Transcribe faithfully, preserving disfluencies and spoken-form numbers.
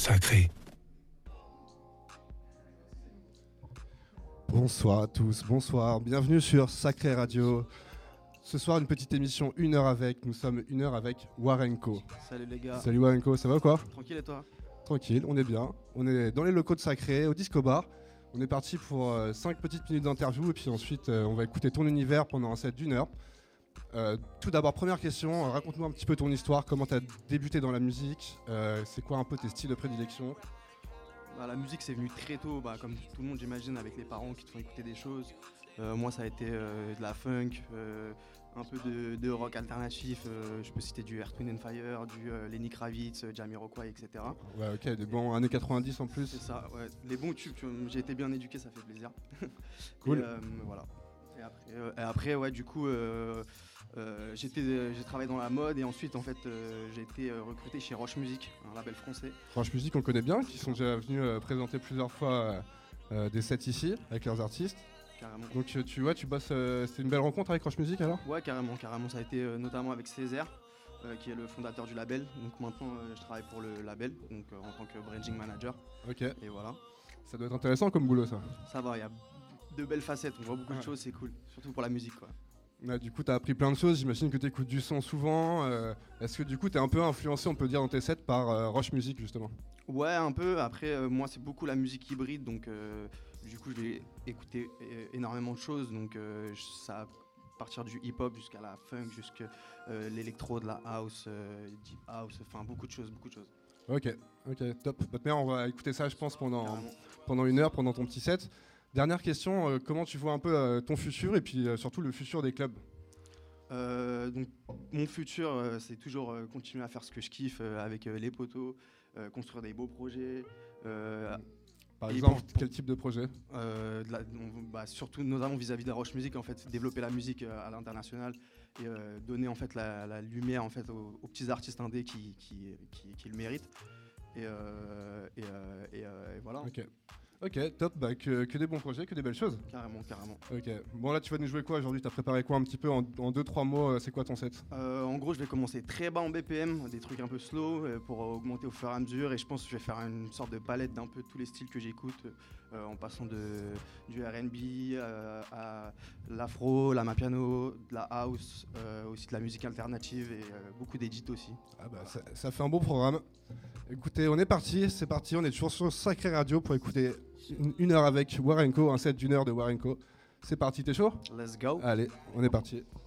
Sacré. Bonsoir à tous, bonsoir, bienvenue sur Sacré Radio. Ce soir, une petite émission une heure avec, nous sommes une heure avec Warenko. Salut les gars. Salut Warenko, ça va ou quoi? Tranquille et toi? Tranquille, on est bien, on est dans les locaux de Sacré, au Disco Bar. On est parti pour euh, cinq petites minutes d'interview et puis ensuite euh, on va écouter ton univers pendant un set d'une heure. Euh, tout d'abord, première question, raconte-nous un petit peu ton histoire, comment tu as débuté dans la musique, euh, c'est quoi un peu tes styles de prédilection? Bah, la musique c'est venu très tôt, bah, comme tout le monde j'imagine, avec les parents qui te font écouter des choses. Euh, moi ça a été euh, de la funk, euh, un peu de, de rock alternatif, euh, je peux citer du Earth, Wind and Fire, du euh, Lenny Kravitz, Jamiroquai, et cetera. Ouais, ok, des bons années quatre-vingt-dix en plus. C'est ça, ouais. Les bons tubes, tu vois, j'ai été bien éduqué, ça fait plaisir. Cool. Et, euh, voilà. Et après, euh, et après, ouais, du coup, euh, euh, j'étais, euh, j'ai travaillé dans la mode et ensuite, en fait, euh, j'ai été euh, recruté chez Roche Music, un label français. Roche Music, on connaît bien, qui sont déjà venus euh, présenter plusieurs fois euh, euh, des sets ici avec leurs artistes. Carrément. Donc euh, tu vois, tu bosses, euh, c'était une belle rencontre avec Roche Music alors? Ouais, carrément, carrément. Ça a été euh, notamment avec Césaire, euh, qui est le fondateur du label. Donc maintenant, euh, je travaille pour le label, donc euh, en tant que branding manager. Ok. Et voilà. Ça doit être intéressant comme boulot ça. Ça va, il y a de belles facettes. On voit beaucoup Ouais. de choses, c'est cool. Surtout pour la musique, quoi. Ouais, du coup, tu as appris plein de choses. J'imagine que tu écoutes du son souvent. Euh, Est-ce que du coup, tu es un peu influencé, on peut dire, dans tes sets par euh, Roche Music justement? Ouais, un peu. Après, euh, moi, c'est beaucoup la musique hybride, donc euh, du coup, je vais écouter é- énormément de choses. Donc, euh, je- ça va partir du hip-hop jusqu'à la funk, jusqu'à euh, l'électro, de la house, euh, deep house, enfin beaucoup de choses, beaucoup de choses. Ok, ok, top. Bah, mère, on va écouter ça, je pense, pendant, Carrément. pendant une heure, pendant ton petit set. Dernière question, euh, comment tu vois un peu euh, ton futur et puis euh, surtout le futur des clubs? Euh, donc, mon futur, euh, c'est toujours euh, continuer à faire ce que je kiffe euh, avec euh, les potos, euh, construire des beaux projets. euh, Par Et exemple, pour- quel type de projet? Euh, de la- on- bah, surtout notamment vis-à-vis de la Roche Music, en fait, développer la musique euh, à l'international et euh, donner en fait la, la lumière en fait aux, aux petits artistes indés qui, qui, qui, qui le méritent. Et, euh, et, euh, et, euh, et voilà, Ok, ok, top. Bah, que, que des bons projets, que des belles choses. carrément, carrément. Ok. Bon, là, tu vas nous jouer quoi aujourd'hui? T'as préparé quoi un petit peu en, en deux trois mots? euh, C'est quoi ton set? Euh, en gros, je vais commencer très bas en B P M, des trucs un peu slow euh, pour augmenter au fur et à mesure. Et je pense que je vais faire une sorte de palette d'un peu tous les styles que j'écoute, euh, en passant de, du R and B euh, à l'afro, la mapiano, de la house, euh, aussi de la musique alternative et euh, beaucoup d'édits aussi. Ah bah, ça, ça fait un beau programme. Écoutez, on est parti, c'est parti, on est toujours sur Sacré Radio pour écouter une, une heure avec Warenko, un set d'une heure de Warenko. C'est parti, t'es chaud? Let's go! Allez, on est parti.